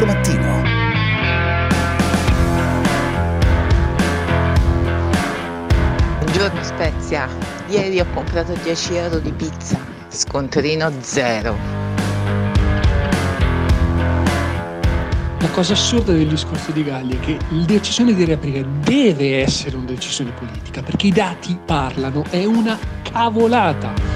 24 Mattino. Buongiorno Spezia, ieri ho comprato 10 euro di pizza, scontrino 0. La cosa assurda del discorso di Galli è che la decisione di riaprire deve essere una decisione politica, perché i dati parlano, è una cavolata.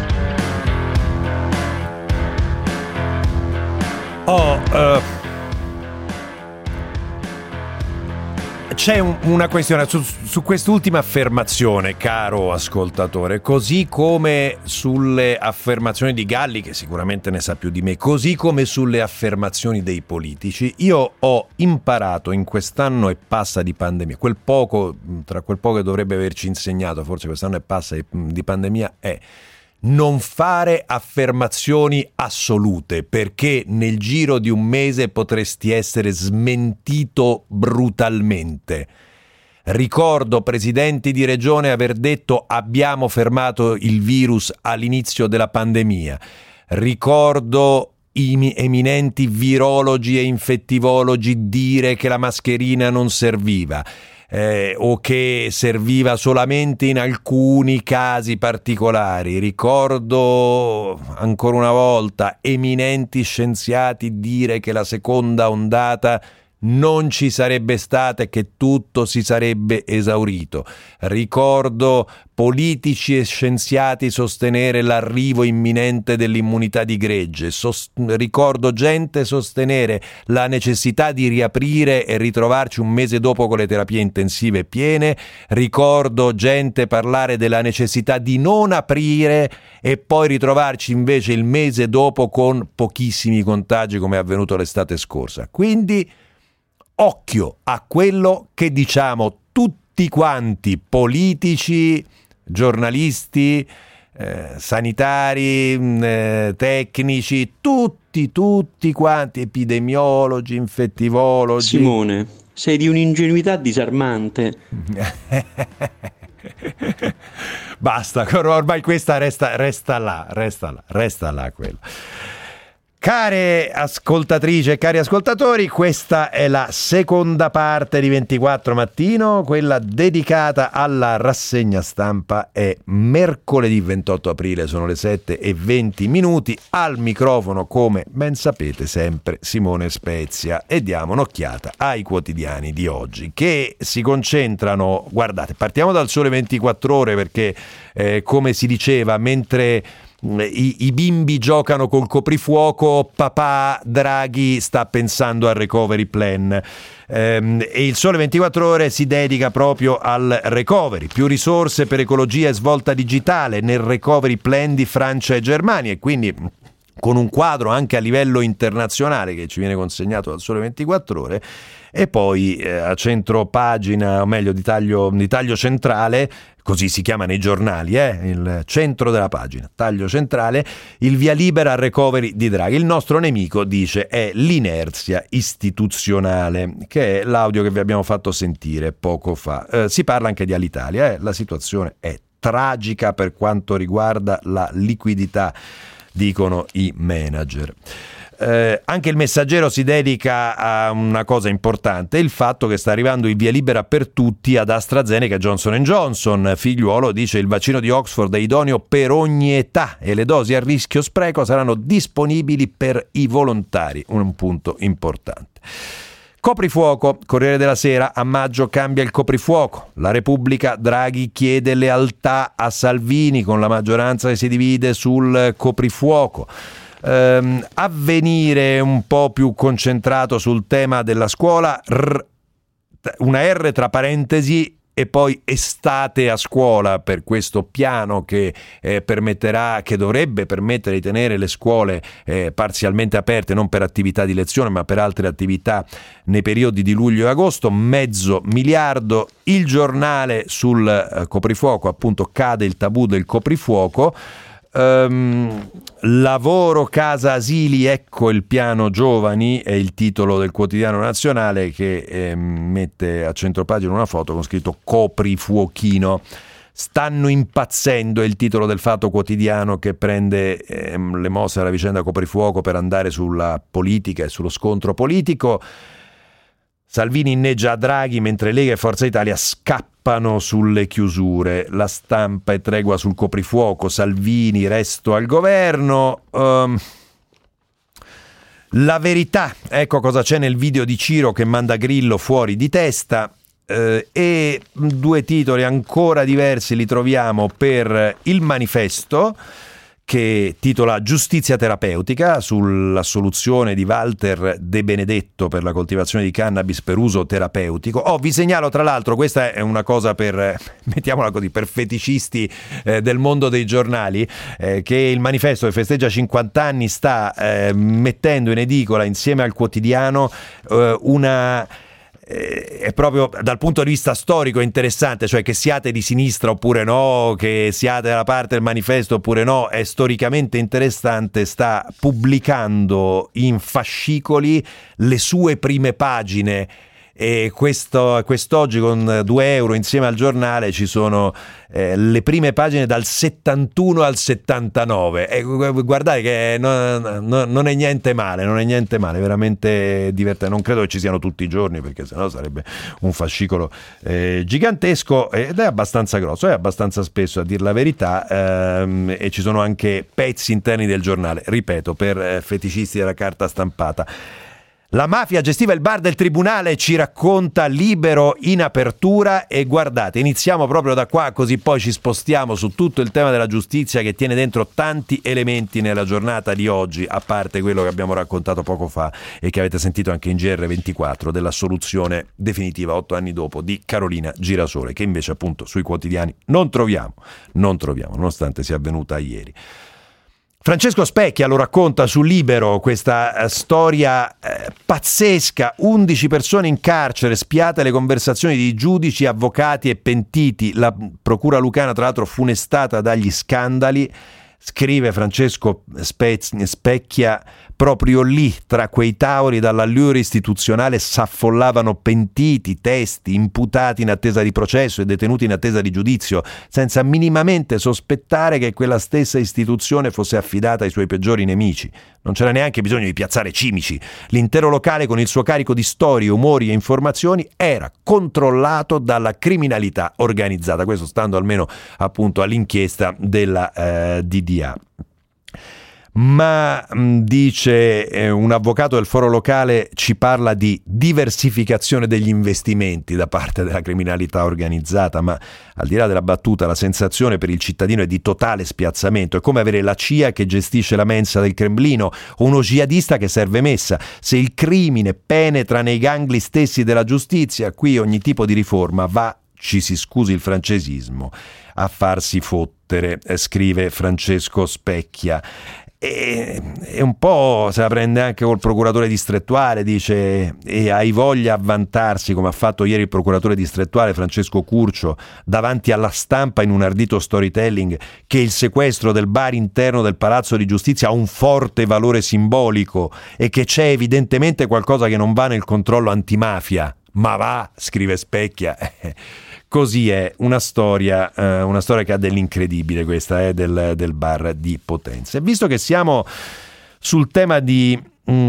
C'è una questione su quest'ultima affermazione, caro ascoltatore, così come sulle affermazioni di Galli, che sicuramente ne sa più di me, così come sulle affermazioni dei politici. Io ho imparato in quest'anno e passa di pandemia, tra quel poco che dovrebbe averci insegnato, forse quest'anno e passa di pandemia, è non fare affermazioni assolute, perché nel giro di un mese potresti essere smentito brutalmente. Ricordo presidenti di regione aver detto abbiamo fermato il virus all'inizio della pandemia. Ricordo eminenti virologi e infettivologi dire che la mascherina non serviva. O che serviva solamente in alcuni casi particolari. Ricordo ancora una volta eminenti scienziati dire che la seconda ondata non ci sarebbe stata e che tutto si sarebbe esaurito. Ricordo politici e scienziati sostenere l'arrivo imminente dell'immunità di gregge. Ricordo gente sostenere la necessità di riaprire e ritrovarci un mese dopo con le terapie intensive piene. Ricordo gente parlare della necessità di non aprire e poi ritrovarci invece il mese dopo con pochissimi contagi, come è avvenuto l'estate scorsa. Quindi occhio a quello che diciamo tutti quanti, politici, giornalisti, sanitari, tecnici, tutti quanti, epidemiologi, infettivologi. Simone, sei di un'ingenuità disarmante. Basta, ormai questa resta là quella. Care ascoltatrici e cari ascoltatori, questa è la seconda parte di 24 Mattino, quella dedicata alla rassegna stampa. È mercoledì 28 aprile, sono le 7:20. Al microfono, come ben sapete, sempre Simone Spezia, e diamo un'occhiata ai quotidiani di oggi che si concentrano. Guardate, partiamo dal Sole 24 Ore perché come si diceva, mentre i bimbi giocano col coprifuoco, papà Draghi sta pensando al recovery plan, e il Sole 24 Ore si dedica proprio al recovery. Più risorse per ecologia e svolta digitale nel recovery plan di Francia e Germania, e quindi con un quadro anche a livello internazionale che ci viene consegnato dal Sole 24 Ore. E poi a centro pagina, o meglio di taglio centrale, così si chiama nei giornali, il centro della pagina, taglio centrale, il via libera al recovery di Draghi. Il nostro nemico, dice, è l'inerzia istituzionale, che è l'audio che vi abbiamo fatto sentire poco fa. Si parla anche di Alitalia, la situazione è tragica per quanto riguarda la liquidità, dicono i manager. Anche il Messaggero si dedica a una cosa importante, il fatto che sta arrivando il via libera per tutti ad AstraZeneca e Johnson & Johnson. Figliuolo dice il vaccino di Oxford è idoneo per ogni età e le dosi a rischio spreco saranno disponibili per i volontari, un punto importante. Coprifuoco, Corriere della Sera, a maggio cambia il coprifuoco. La Repubblica, Draghi chiede lealtà a Salvini con la maggioranza che si divide sul coprifuoco. Avvenire un po' più concentrato sul tema della scuola, una R tra parentesi e poi estate a scuola per questo piano che dovrebbe permettere di tenere le scuole parzialmente aperte, non per attività di lezione ma per altre attività nei periodi di luglio e agosto. 500 milioni. Il Giornale sul coprifuoco, appunto, cade il tabù del coprifuoco. Lavoro, casa, asili, ecco il piano giovani, è il titolo del quotidiano nazionale, che mette a centropagina una foto con scritto coprifuochino. Stanno impazzendo, è il titolo del Fatto Quotidiano, che prende le mosse dalla vicenda coprifuoco per andare sulla politica e sullo scontro politico. Salvini inneggia a Draghi mentre Lega e Forza Italia scappano sulle chiusure. La Stampa e tregua sul coprifuoco, Salvini resto al governo. La Verità, ecco cosa c'è nel video di Ciro che manda Grillo fuori di testa. E due titoli ancora diversi li troviamo per Il Manifesto, che titola Giustizia terapeutica sulla soluzione di Walter De Benedetto per la coltivazione di cannabis per uso terapeutico. Vi segnalo tra l'altro, questa è una cosa per, mettiamola così, per feticisti del mondo dei giornali, che Il Manifesto, che festeggia 50 anni, sta mettendo in edicola insieme al Quotidiano una... è proprio dal punto di vista storico interessante, cioè che siate di sinistra oppure no, che siate dalla parte del Manifesto oppure no, è storicamente interessante. Sta pubblicando in fascicoli le sue prime pagine, e quest'oggi con 2 euro insieme al giornale ci sono le prime pagine dal 71 al 79, e guardate che non è niente male, veramente divertente. Non credo che ci siano tutti i giorni, perché sennò sarebbe un fascicolo gigantesco, ed è abbastanza grosso, è abbastanza spesso, a dir la verità, e ci sono anche pezzi interni del giornale, ripeto, per feticisti della carta stampata. La mafia gestiva il bar del tribunale, ci racconta Libero in apertura, e guardate, iniziamo proprio da qua, così poi ci spostiamo su tutto il tema della giustizia, che tiene dentro tanti elementi nella giornata di oggi, a parte quello che abbiamo raccontato poco fa e che avete sentito anche in GR24, della soluzione definitiva 8 anni dopo di Carolina Girasole, che invece appunto sui quotidiani non troviamo, nonostante sia avvenuta ieri. Francesco Specchia lo racconta su Libero, questa storia pazzesca: 11 persone in carcere, spiate le conversazioni di giudici, avvocati e pentiti, la procura lucana tra l'altro funestata dagli scandali. Scrive Francesco Specchia, proprio lì, tra quei tavoli dall'allure istituzionale, s'affollavano pentiti, testi, imputati in attesa di processo e detenuti in attesa di giudizio, senza minimamente sospettare che quella stessa istituzione fosse affidata ai suoi peggiori nemici. Non c'era neanche bisogno di piazzare cimici. L'intero locale, con il suo carico di storie, umori e informazioni, era controllato dalla criminalità organizzata. Questo stando almeno appunto all'inchiesta della DDA. Ma dice un avvocato del foro locale, ci parla di diversificazione degli investimenti da parte della criminalità organizzata, ma al di là della battuta, la sensazione per il cittadino è di totale spiazzamento. È come avere la CIA che gestisce la mensa del Cremlino o uno jihadista che serve messa. Se il crimine penetra nei gangli stessi della giustizia, qui ogni tipo di riforma va, ci si scusi il francesismo, a farsi fottere, scrive Francesco Specchia. E un po' se la prende anche col procuratore distrettuale, dice, e hai voglia a vantarsi, come ha fatto ieri il procuratore distrettuale Francesco Curcio davanti alla stampa in un ardito storytelling, che il sequestro del bar interno del Palazzo di Giustizia ha un forte valore simbolico e che c'è evidentemente qualcosa che non va nel controllo antimafia. Ma va, scrive Specchia. Così è, una storia che ha dell'incredibile, questa è del bar di Potenza. E visto che siamo sul tema delle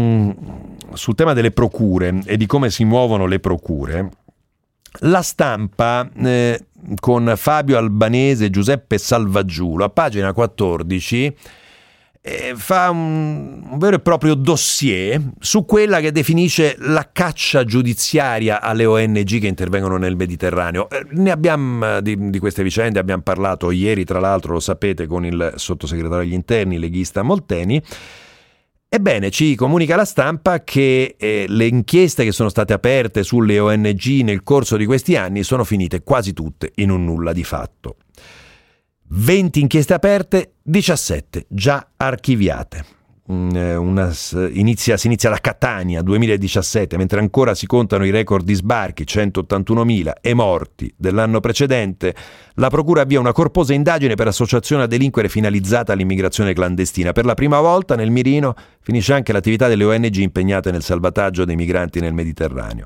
procure e di come si muovono le procure, La Stampa con Fabio Albanese e Giuseppe Salvaggiulo, a pagina 14, fa un vero e proprio dossier su quella che definisce la caccia giudiziaria alle ONG che intervengono nel Mediterraneo. Ne abbiamo di queste vicende abbiamo parlato ieri, tra l'altro, lo sapete, con il sottosegretario agli interni leghista Molteni. Ebbene, ci comunica La Stampa che le inchieste che sono state aperte sulle ONG nel corso di questi anni sono finite quasi tutte in un nulla di fatto. 20 inchieste aperte, 17 già archiviate. Si inizia da Catania, 2017, mentre ancora si contano i record di sbarchi, 181.000, e morti dell'anno precedente. La procura avvia una corposa indagine per associazione a delinquere finalizzata all'immigrazione clandestina. Per la prima volta nel mirino finisce anche l'attività delle ONG impegnate nel salvataggio dei migranti nel Mediterraneo.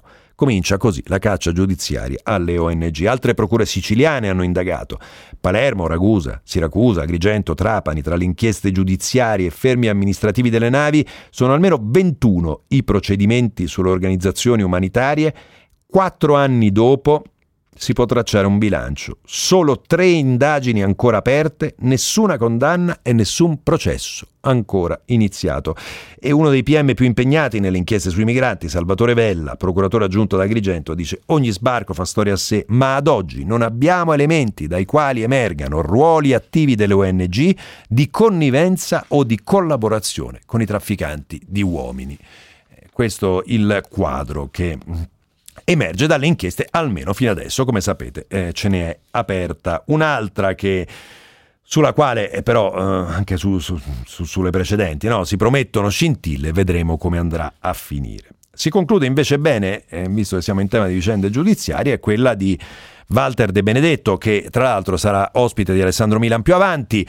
Comincia così la caccia giudiziaria alle ONG. Altre procure siciliane hanno indagato. Palermo, Ragusa, Siracusa, Agrigento, Trapani. Tra le inchieste giudiziarie e fermi amministrativi delle navi sono almeno 21 i procedimenti sulle organizzazioni umanitarie. 4 anni dopo si può tracciare un bilancio. Solo 3 indagini ancora aperte, nessuna condanna e nessun processo ancora iniziato. E uno dei PM più impegnati nelle inchieste sui migranti, Salvatore Vella, procuratore aggiunto da Agrigento, dice: ogni sbarco fa storia a sé, ma ad oggi non abbiamo elementi dai quali emergano ruoli attivi delle ONG di connivenza o di collaborazione con i trafficanti di uomini. Questo il quadro che emerge dalle inchieste, almeno fino adesso. Come sapete, ce ne è aperta un'altra sulla quale però anche sulle precedenti, no, si promettono scintille, vedremo come andrà a finire. Si conclude invece bene, visto che siamo in tema di vicende giudiziarie, quella di Walter De Benedetto, che tra l'altro sarà ospite di Alessandro Milan più avanti.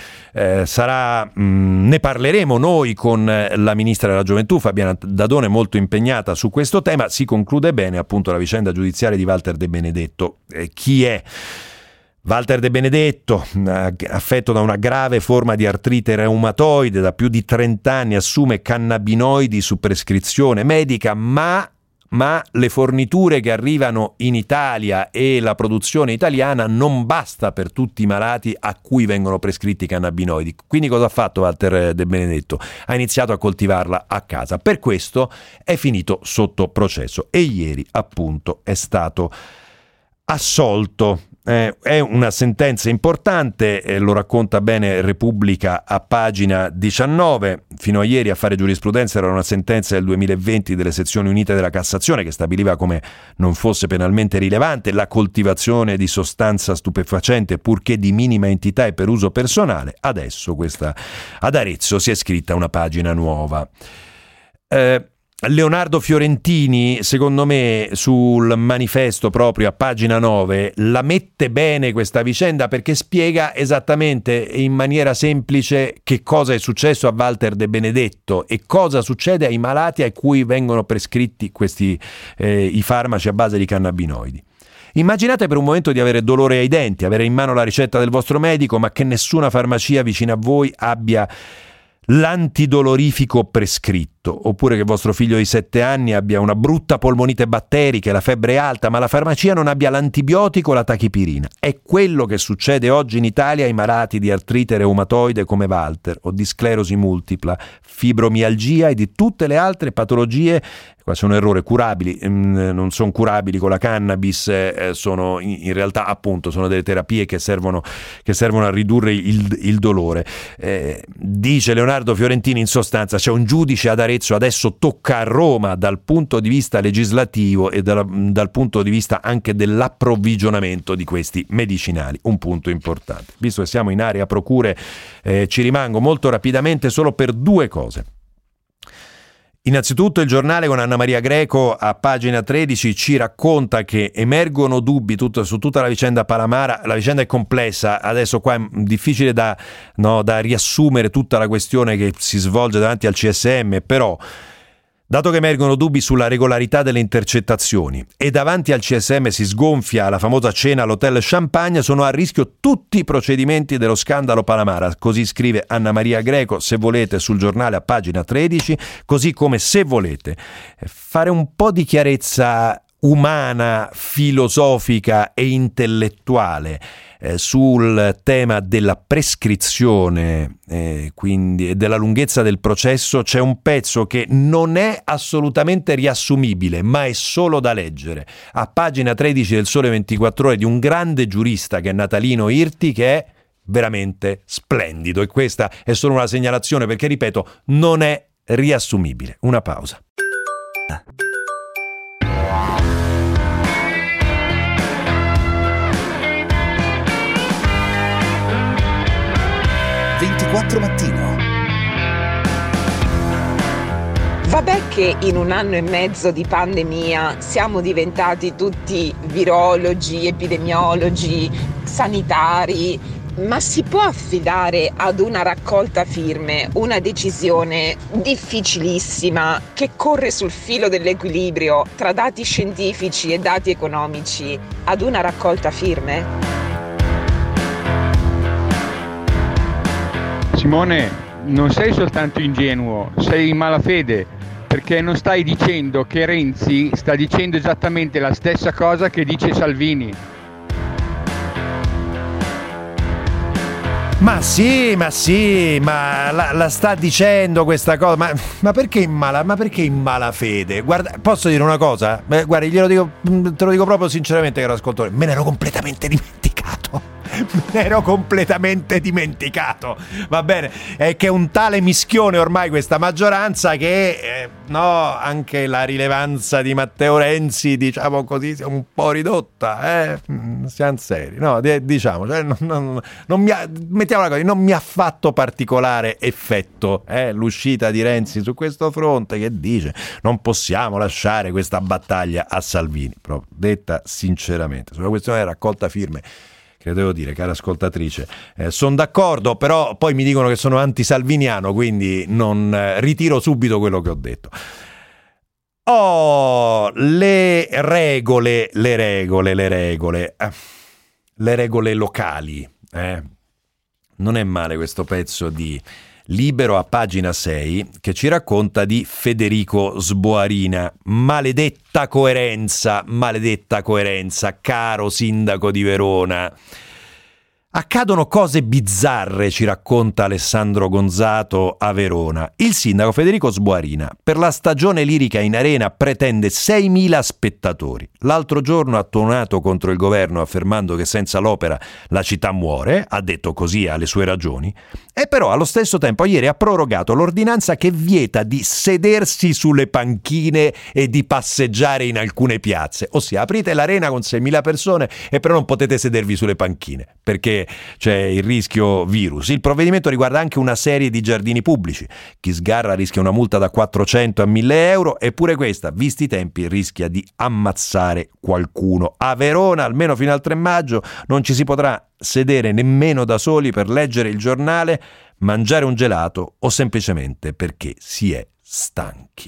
Ne parleremo noi con la ministra della Gioventù Fabiana Dadone, molto impegnata su questo tema. Si conclude bene appunto la vicenda giudiziaria di Walter De Benedetto. Chi è Walter De Benedetto? Affetto da una grave forma di artrite reumatoide, da più di 30 anni assume cannabinoidi su prescrizione medica, ma le forniture che arrivano in Italia e la produzione italiana non basta per tutti i malati a cui vengono prescritti cannabinoidi. Quindi cosa ha fatto Walter De Benedetto? Ha iniziato a coltivarla a casa. Per questo è finito sotto processo e ieri appunto è stato assolto. È una sentenza importante, lo racconta bene Repubblica a pagina 19. Fino a ieri a fare giurisprudenza era una sentenza del 2020 delle sezioni unite della Cassazione che stabiliva come non fosse penalmente rilevante la coltivazione di sostanza stupefacente purché di minima entità e per uso personale. Adesso questa ad Arezzo si è scritta una pagina nuova. Leonardo Fiorentini, secondo me, sul Manifesto proprio a pagina 9 la mette bene questa vicenda, perché spiega esattamente e in maniera semplice che cosa è successo a Walter De Benedetto e cosa succede ai malati a cui vengono prescritti questi i farmaci a base di cannabinoidi. Immaginate per un momento di avere dolore ai denti, avere in mano la ricetta del vostro medico, ma che nessuna farmacia vicino a voi abbia l'antidolorifico prescritto, oppure che vostro figlio di 7 anni abbia una brutta polmonite batterica e la febbre è alta, ma la farmacia non abbia l'antibiotico o la tachipirina. È quello che succede oggi in Italia ai malati di artrite reumatoide come Walter, o di sclerosi multipla, fibromialgia e di tutte le altre patologie. Qua sono errore, curabili, non sono curabili con la cannabis, sono in realtà appunto sono delle terapie che servono a ridurre il dolore. Dice Leonardo Fiorentini, in sostanza c'è un giudice ad Arezzo, adesso tocca a Roma dal punto di vista legislativo e dal punto di vista anche dell'approvvigionamento di questi medicinali, un punto importante. Visto che siamo in area procure, ci rimango molto rapidamente solo per 2 cose. Innanzitutto il giornale con Anna Maria Greco a pagina 13 ci racconta che emergono dubbi su tutta la vicenda Palamara. La vicenda è complessa, adesso qua è difficile da riassumere tutta la questione che si svolge davanti al CSM, però dato che emergono dubbi sulla regolarità delle intercettazioni e davanti al CSM si sgonfia la famosa cena all'Hotel Champagne, sono a rischio tutti i procedimenti dello scandalo Palamara. Così scrive Anna Maria Greco, se volete, sul giornale a pagina 13, così come se volete fare un po' di chiarezza umana, filosofica e intellettuale sul tema della prescrizione, quindi e della lunghezza del processo. C'è un pezzo che non è assolutamente riassumibile, ma è solo da leggere, a pagina 13 del Sole 24 Ore, di un grande giurista che è Natalino Irti, che è veramente splendido, e questa è solo una segnalazione perché, ripeto, non è riassumibile. Una pausa. 24 Mattino. Vabbè che in 1 anno e mezzo di pandemia siamo diventati tutti virologi, epidemiologi, sanitari, Ma si può affidare ad una raccolta firme una decisione difficilissima che corre sul filo dell'equilibrio tra dati scientifici e dati economici ad una raccolta firme? Simone, non sei soltanto ingenuo, sei in malafede, perché non stai dicendo che Renzi sta dicendo esattamente la stessa cosa che dice Salvini. Ma sì, ma la sta dicendo questa cosa, ma perché in malafede? Guarda, posso dire una cosa? Guarda, te lo dico proprio sinceramente, caro ascoltatore, me ne ero completamente dimenticato. Va bene, è che è un tale mischione ormai questa maggioranza che anche la rilevanza di Matteo Renzi, diciamo così, è un po' ridotta, siamo seri, no, diciamo, cioè, mettiamola così, non mi ha fatto particolare effetto l'uscita di Renzi su questo fronte, che dice non possiamo lasciare questa battaglia a Salvini, proprio detta sinceramente. Sulla questione della raccolta firme, che devo dire, cara ascoltatrice, sono d'accordo, però poi mi dicono che sono antisalviniano, quindi non ritiro subito quello che ho detto. Le regole locali. Non è male questo pezzo di Libero a pagina 6 che ci racconta di Federico Sboarina. Maledetta coerenza, caro sindaco di Verona. Accadono cose bizzarre, ci racconta Alessandro Gonzato a Verona. Il sindaco Federico Sboarina per la stagione lirica in arena pretende 6.000 spettatori. L'altro giorno ha tuonato contro il governo affermando che senza l'opera la città muore, ha detto così alle sue ragioni, e però allo stesso tempo ieri ha prorogato l'ordinanza che vieta di sedersi sulle panchine e di passeggiare in alcune piazze. Ossia, aprite l'arena con 6.000 persone e però non potete sedervi sulle panchine, perché c'è il rischio virus. Il provvedimento riguarda anche una serie di giardini pubblici. Chi sgarra rischia una multa da 400 a 1.000 euro, eppure questa, visti i tempi, rischia di ammazzare qualcuno. A Verona, almeno fino al 3 maggio, non ci si potrà sedere nemmeno da soli per leggere il giornale, mangiare un gelato o semplicemente perché si è stanchi.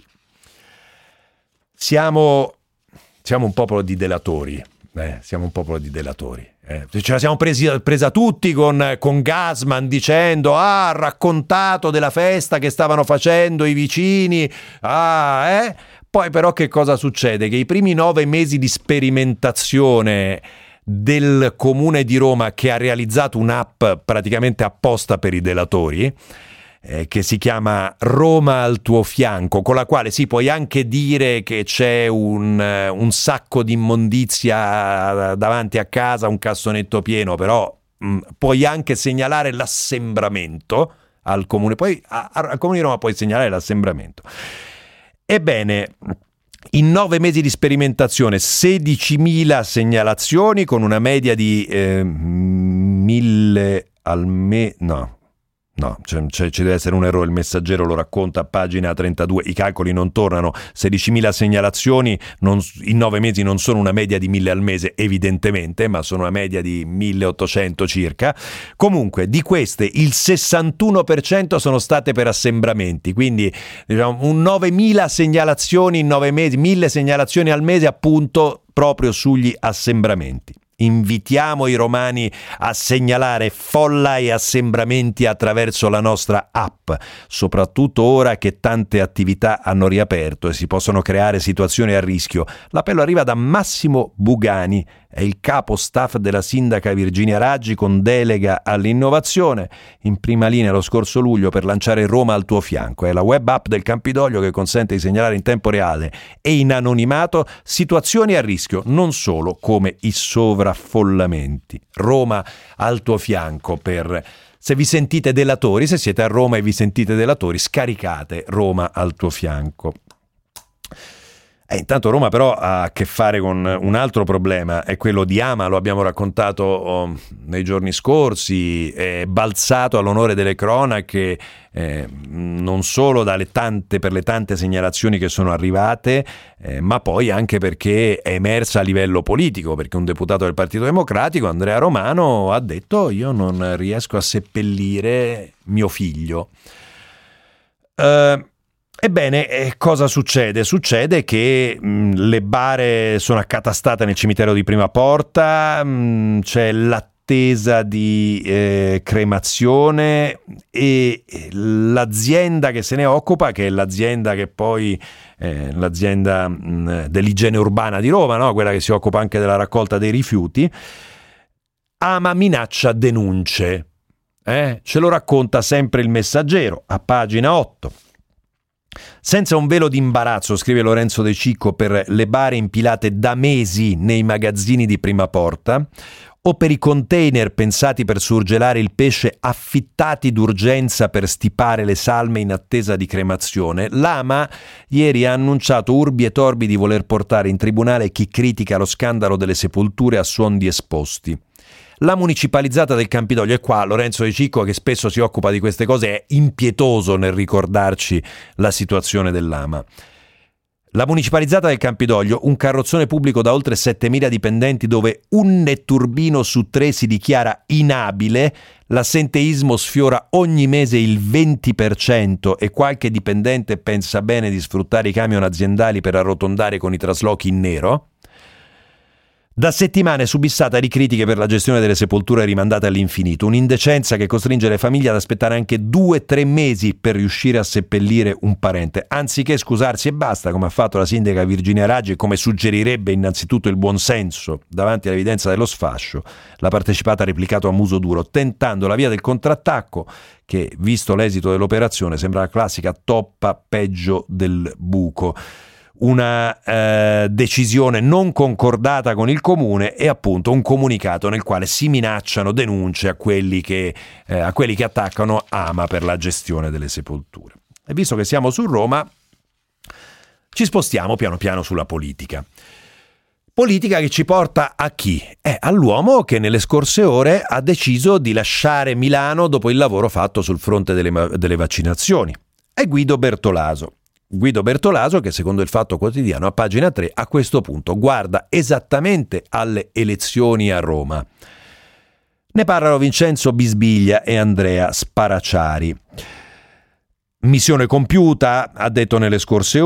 Siamo un popolo di delatori. Ce la siamo presa tutti con Gassman dicendo ha raccontato della festa che stavano facendo i vicini. Poi però che cosa succede? Che i primi 9 mesi di sperimentazione del Comune di Roma, che ha realizzato un'app praticamente apposta per i delatori, che si chiama Roma al tuo fianco, con la quale puoi anche dire che c'è un sacco di immondizia davanti a casa, un cassonetto pieno, però puoi anche segnalare l'assembramento al Comune, poi al Comune di Roma puoi segnalare l'assembramento. Ebbene, in 9 mesi di sperimentazione 16.000 segnalazioni con una media di 1.000 al mese. No, ci deve essere un errore, il Messaggero lo racconta a pagina 32, i calcoli non tornano, 16.000 segnalazioni in 9 mesi non sono una media di 1.000 al mese evidentemente, ma sono una media di 1.800 circa. Comunque di queste il 61% sono state per assembramenti, quindi diciamo un 9.000 segnalazioni in 9 mesi, 1.000 segnalazioni al mese appunto proprio sugli assembramenti. Invitiamo i romani a segnalare folla e assembramenti attraverso la nostra app, soprattutto ora che tante attività hanno riaperto e si possono creare situazioni a rischio. L'appello arriva da Massimo Bugani, è il capo staff della sindaca Virginia Raggi con delega all'innovazione, in prima linea lo scorso luglio per lanciare Roma al tuo fianco. È la web app del Campidoglio che consente di segnalare in tempo reale e in anonimato situazioni a rischio, non solo come i sovraffollamenti. Roma al tuo fianco per... Se vi sentite delatori, se siete a Roma e vi sentite delatori, scaricate Roma al tuo fianco. Intanto Roma però ha a che fare con un altro problema, è quello di Ama, lo abbiamo raccontato nei giorni scorsi, è balzato all'onore delle cronache non solo per le tante segnalazioni che sono arrivate, ma poi anche perché è emersa a livello politico, perché un deputato del Partito Democratico, Andrea Romano, ha detto: io non riesco a seppellire mio figlio. Ebbene, cosa succede? Succede che le bare sono accatastate nel cimitero di Prima Porta, c'è l'attesa di cremazione e l'azienda che se ne occupa, che è l'azienda che poi l'azienda dell'igiene urbana di Roma, no? Quella che si occupa anche della raccolta dei rifiuti, Ama minaccia denunce. Ce lo racconta sempre il Messaggero a pagina 8. Senza un velo di imbarazzo, scrive Lorenzo De Cicco, per le bare impilate da mesi nei magazzini di Prima Porta o per i container pensati per surgelare il pesce affittati d'urgenza per stipare le salme in attesa di cremazione, l'Ama ieri ha annunciato urbi e torbi di voler portare in tribunale chi critica lo scandalo delle sepolture a suon di esposti. La municipalizzata del Campidoglio, e qua Lorenzo De Cicco, che spesso si occupa di queste cose, è impietoso nel ricordarci la situazione dell'Ama. La municipalizzata del Campidoglio, un carrozzone pubblico da oltre 7.000 dipendenti dove un netturbino su 3 si dichiara inabile, l'assenteismo sfiora ogni mese il 20% e qualche dipendente pensa bene di sfruttare i camion aziendali per arrotondare con i traslochi in nero. Da settimane è subissata di critiche per la gestione delle sepolture rimandate all'infinito, un'indecenza che costringe le famiglie ad aspettare anche 2-3 mesi per riuscire a seppellire un parente, anziché scusarsi e basta, come ha fatto la sindaca Virginia Raggi e come suggerirebbe innanzitutto il buonsenso davanti all'evidenza dello sfascio. La partecipata ha replicato a muso duro, tentando la via del contrattacco che, visto l'esito dell'operazione, sembra la classica toppa peggio del buco. Una decisione non concordata con il comune e appunto un comunicato nel quale si minacciano denunce a quelli che attaccano Ama per la gestione delle sepolture. E visto che siamo su Roma, ci spostiamo piano piano sulla politica. Politica che ci porta a chi? All'uomo che nelle scorse ore ha deciso di lasciare Milano dopo il lavoro fatto sul fronte delle vaccinazioni. È Guido Bertolaso. Guido Bertolaso, che secondo il Fatto Quotidiano a pagina 3 a questo punto guarda esattamente alle elezioni a Roma. Ne parlano Vincenzo Bisbiglia e Andrea Sparaciari. Missione compiuta, ha detto nelle scorse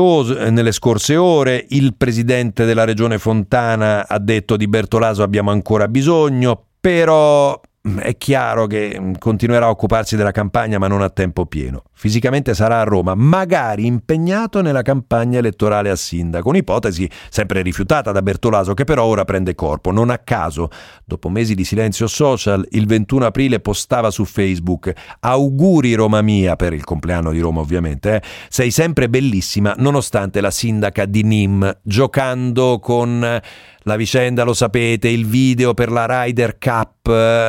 ore, il presidente della regione Fontana ha detto di Bertolaso abbiamo ancora bisogno, però è chiaro che continuerà a occuparsi della campagna ma non a tempo pieno. Fisicamente sarà a Roma, magari impegnato nella campagna elettorale a sindaco, un'ipotesi sempre rifiutata da Bertolaso che però ora prende corpo. Non a caso, dopo mesi di silenzio social, il 21 aprile postava su Facebook: auguri Roma mia, per il compleanno di Roma ovviamente, sei sempre bellissima nonostante la sindaca di Nîmes, giocando con la vicenda, lo sapete, il video per la Ryder Cup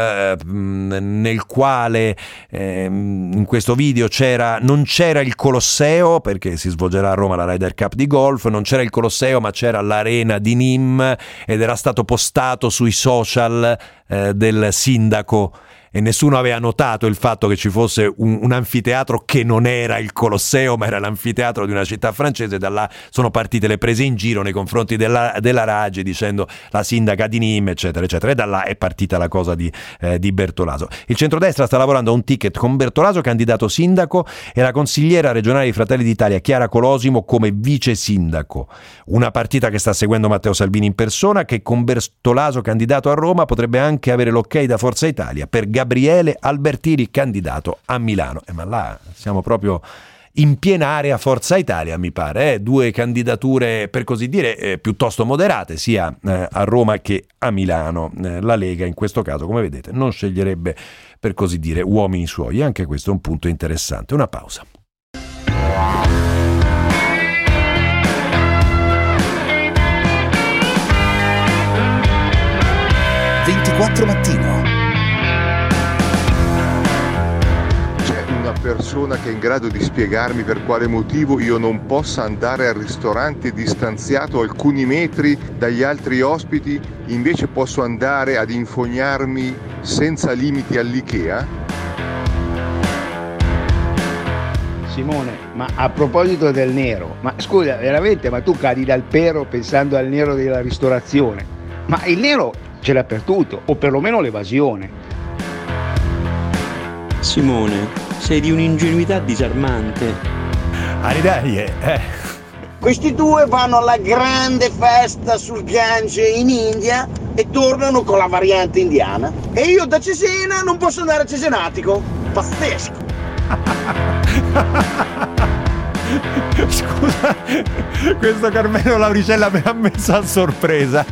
nel quale in questo video non c'era il Colosseo, perché si svolgerà a Roma la Ryder Cup di golf, non c'era il Colosseo ma c'era l'arena di Nîmes ed era stato postato sui social del sindaco e nessuno aveva notato il fatto che ci fosse un anfiteatro che non era il Colosseo ma era l'anfiteatro di una città francese. Da là sono partite le prese in giro nei confronti della Raggi dicendo la sindaca di Nîmes eccetera eccetera, e da là è partita la cosa di Bertolaso. Il centrodestra sta lavorando a un ticket con Bertolaso candidato sindaco e la consigliera regionale di Fratelli d'Italia Chiara Colosimo come vice sindaco, una partita che sta seguendo Matteo Salvini in persona, che con Bertolaso candidato a Roma potrebbe anche avere l'ok da Forza Italia per Gabriele Albertini candidato a Milano. Ma là siamo proprio in piena area Forza Italia, mi pare, due candidature per così dire piuttosto moderate sia a Roma che a Milano. La Lega in questo caso, come vedete, non sceglierebbe per così dire uomini suoi, anche questo è un punto interessante. Una pausa. Mattino. persona che è in grado di spiegarmi per quale motivo io non possa andare al ristorante distanziato alcuni metri dagli altri ospiti, invece posso andare ad infognarmi senza limiti all'Ikea? Simone, ma a proposito del nero, ma scusa, veramente, ma tu cadi dal pero pensando al nero della ristorazione? Ma il nero ce l'ha per tutto, o perlomeno l'evasione. Simone, sei di un'ingenuità disarmante. Aridaglie, Questi due vanno alla grande festa sul Gange in India e tornano con la variante indiana. E io da Cesena non posso andare a Cesenatico. Pazzesco. Scusa, questo Carmelo Lauricella me l'ha messo a sorpresa.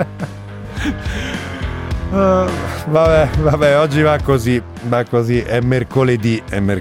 Vabbè, oggi va così, è mercoledì.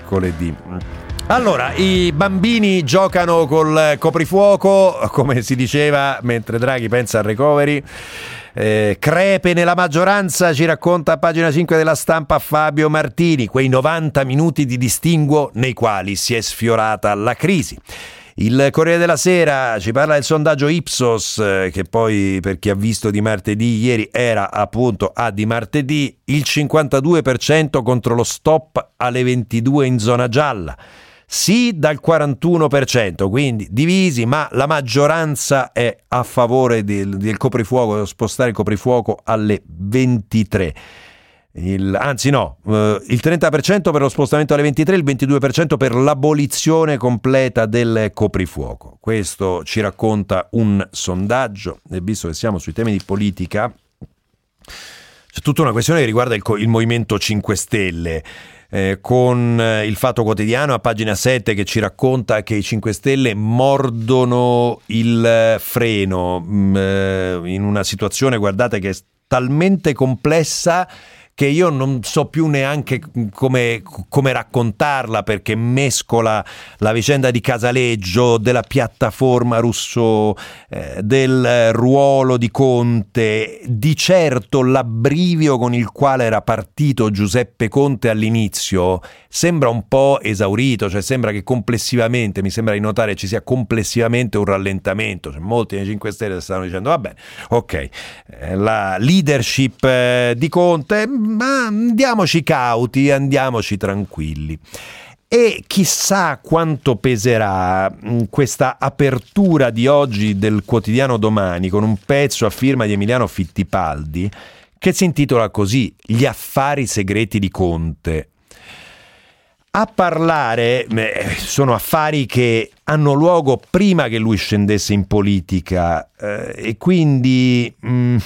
Allora, i bambini giocano col coprifuoco, come si diceva, mentre Draghi pensa al recovery. Crepe nella maggioranza, ci racconta a pagina 5 della Stampa Fabio Martini, quei 90 minuti di distinguo nei quali si è sfiorata la crisi. Il Corriere della Sera ci parla del sondaggio Ipsos, che poi per chi ha visto di martedì ieri era appunto di martedì, il 52% contro lo stop alle 22 in zona gialla. Sì dal 41%, quindi divisi, ma la maggioranza è a favore del coprifuoco, spostare il coprifuoco alle 23. Il 30% per lo spostamento alle 23, il 22% per l'abolizione completa del coprifuoco. Questo ci racconta un sondaggio, e visto che siamo sui temi di politica, c'è tutta una questione che riguarda il Movimento 5 Stelle. Con il Fatto Quotidiano a pagina 7 che ci racconta che i 5 Stelle mordono il freno in una situazione, guardate, che è talmente complessa che io non so più neanche come raccontarla, perché mescola la vicenda di Casaleggio, della piattaforma Rousseau, del ruolo di Conte, di certo l'abbrivio con il quale era partito Giuseppe Conte all'inizio sembra un po' esaurito, cioè sembra che complessivamente, mi sembra di notare, ci sia complessivamente un rallentamento, cioè molti dei 5 Stelle stanno dicendo vabbè, ok, la leadership di Conte, ma andiamoci cauti, andiamoci tranquilli. E chissà quanto peserà questa apertura di oggi del quotidiano Domani con un pezzo a firma di Emiliano Fittipaldi che si intitola così: Gli affari segreti di Conte. A parlare sono affari che hanno luogo prima che lui scendesse in politica e quindi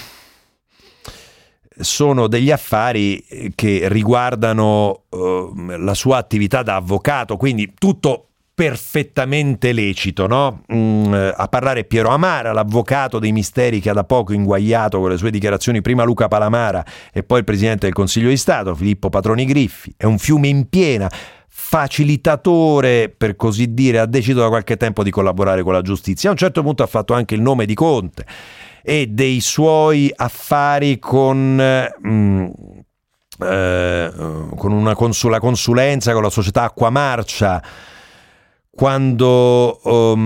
sono degli affari che riguardano la sua attività da avvocato, quindi tutto perfettamente lecito, no? A parlare Piero Amara, l'avvocato dei misteri che ha da poco inguaiato con le sue dichiarazioni prima Luca Palamara e poi il Presidente del Consiglio di Stato, Filippo Patroni Griffi. È un fiume in piena, facilitatore, per così dire, ha deciso da qualche tempo di collaborare con la giustizia. A un certo punto ha fatto anche il nome di Conte e dei suoi affari con la consulenza con la società Acquamarcia, quando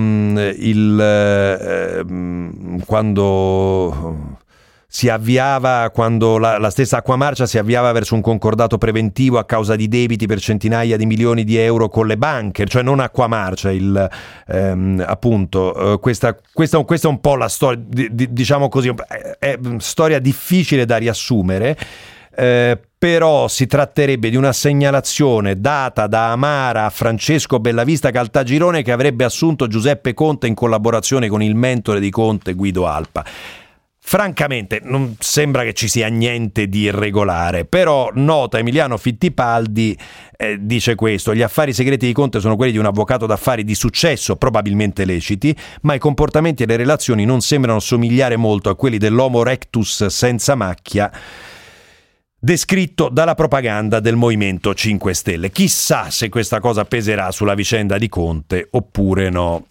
si avviava, quando la stessa Acquamarcia si avviava verso un concordato preventivo a causa di debiti per centinaia di milioni di euro con le banche, cioè non Acquamarcia, appunto, questa è un po' la storia, diciamo così, è storia difficile da riassumere, però si tratterebbe di una segnalazione data da Amara a Francesco Bellavista Caltagirone, che avrebbe assunto Giuseppe Conte in collaborazione con il mentore di Conte, Guido Alpa. Francamente non sembra che ci sia niente di irregolare, però nota Emiliano Fittipaldi, dice questo: gli affari segreti di Conte sono quelli di un avvocato d'affari di successo, probabilmente leciti, ma i comportamenti e le relazioni non sembrano somigliare molto a quelli dell'homo erectus senza macchia descritto dalla propaganda del Movimento 5 Stelle. Chissà se questa cosa peserà sulla vicenda di Conte oppure no.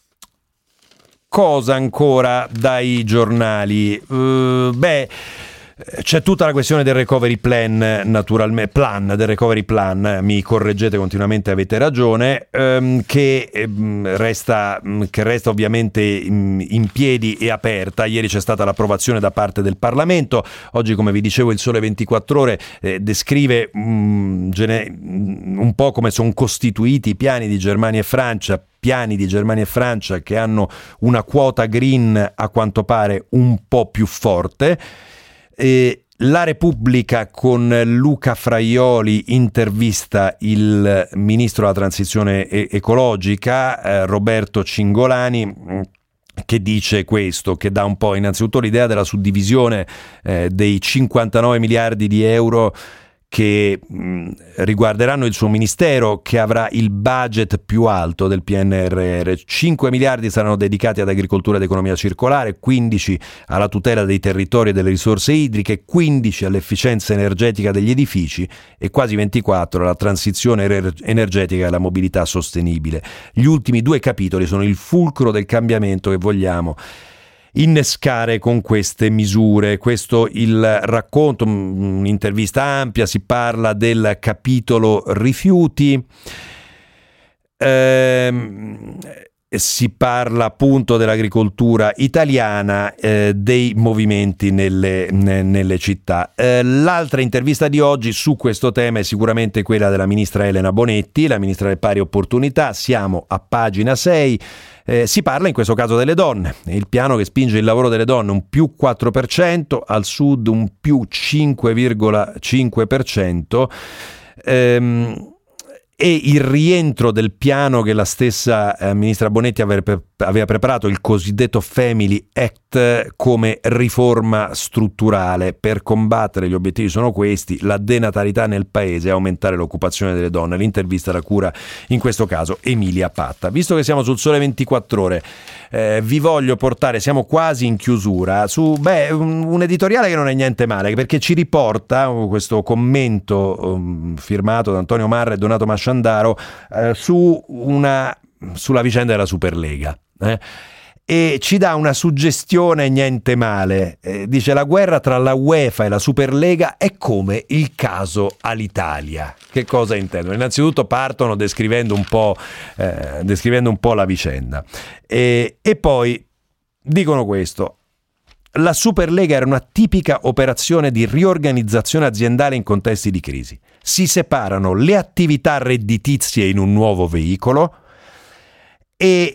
Cosa ancora dai giornali? C'è tutta la questione del recovery plan, naturalmente, del recovery plan, mi correggete continuamente, avete ragione, che resta ovviamente in piedi e aperta. Ieri c'è stata l'approvazione da parte del Parlamento, oggi, come vi dicevo, il Sole 24 Ore descrive un po' come sono costituiti i piani di Germania e Francia, che hanno una quota green a quanto pare un po' più forte. La Repubblica con Luca Fraioli intervista il ministro della transizione ecologica Roberto Cingolani, che dice questo, che dà un po' innanzitutto l'idea della suddivisione dei 59 miliardi di euro che riguarderanno il suo ministero, che avrà il budget più alto del PNRR. 5 miliardi saranno dedicati ad agricoltura ed economia circolare, 15 alla tutela dei territori e delle risorse idriche, 15 all'efficienza energetica degli edifici e quasi 24 alla transizione energetica e alla mobilità sostenibile. Gli ultimi 2 capitoli sono il fulcro del cambiamento che vogliamo innescare con queste misure. Questo il racconto, un'intervista ampia, si parla del capitolo rifiuti, si parla appunto dell'agricoltura italiana, dei movimenti nelle città. L'altra intervista di oggi su questo tema è sicuramente quella della ministra Elena Bonetti, la ministra delle pari opportunità. Siamo a pagina 6. Si parla in questo caso delle donne, il piano che spinge il lavoro delle donne un più 4%, al sud un più 5,5%, e il rientro del piano che la stessa ministra Bonetti aveva preparato, il cosiddetto Family Act, come riforma strutturale per combattere. Gli obiettivi sono questi: la denatalità nel paese e aumentare l'occupazione delle donne. L'intervista la cura in questo caso Emilia Patta. Visto che siamo sul Sole 24 Ore, vi voglio portare, siamo quasi in chiusura, su un editoriale che non è niente male, perché ci riporta questo commento firmato da Antonio Marra e Donato Masciandaro sulla vicenda della Superlega. E ci dà una suggestione niente male. Dice: la guerra tra la UEFA e la Superlega è come il caso Alitalia. Che cosa intendono? Innanzitutto partono descrivendo un po' la vicenda e poi dicono questo: la Superlega era una tipica operazione di riorganizzazione aziendale in contesti di crisi. Si separano le attività redditizie in un nuovo veicolo e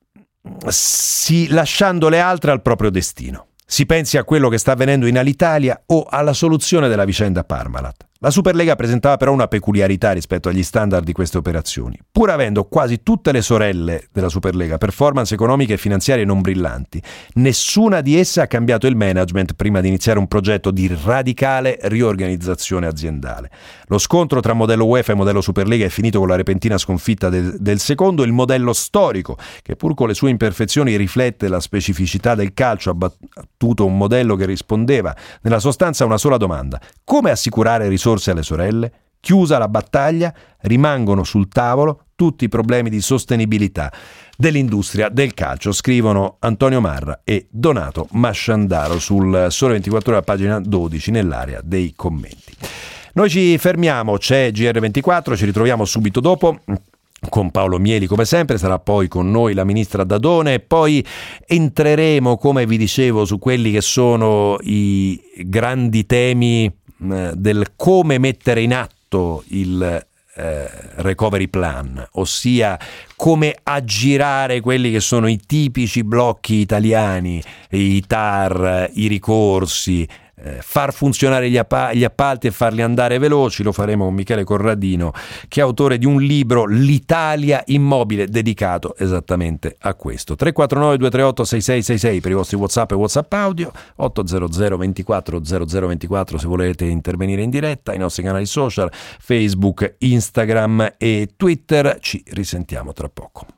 lasciando le altre al proprio destino. Si pensi a quello che sta avvenendo in Alitalia o alla soluzione della vicenda Parmalat. La Superlega presentava però una peculiarità rispetto agli standard di queste operazioni. Pur avendo quasi tutte le sorelle della Superlega performance economiche e finanziarie non brillanti, nessuna di esse ha cambiato il management prima di iniziare un progetto di radicale riorganizzazione aziendale. Lo scontro tra modello UEFA e modello Superlega è finito con la repentina sconfitta del secondo. Il modello storico, che pur con le sue imperfezioni riflette la specificità del calcio, ha battuto un modello che rispondeva nella sostanza a una sola domanda: come assicurare risorse alle sorelle? Chiusa la battaglia, rimangono sul tavolo tutti i problemi di sostenibilità dell'industria del calcio, scrivono Antonio Marra e Donato Masciandaro sul Sole 24 Ore, pagina 12, nell'area dei commenti. Noi ci fermiamo, c'è GR24, ci ritroviamo subito dopo con Paolo Mieli come sempre, sarà poi con noi la ministra Dadone e poi entreremo, come vi dicevo, su quelli che sono i grandi temi del come mettere in atto il recovery plan, ossia come aggirare quelli che sono i tipici blocchi italiani, i TAR, i ricorsi, far funzionare gli appalti e farli andare veloci. Lo faremo con Michele Corradino, che è autore di un libro, L'Italia Immobile, dedicato esattamente a questo. 349 238 6666 per i vostri WhatsApp e WhatsApp audio, 800 24 0024 se volete intervenire in diretta, i nostri canali social Facebook, Instagram e Twitter. Ci risentiamo tra poco.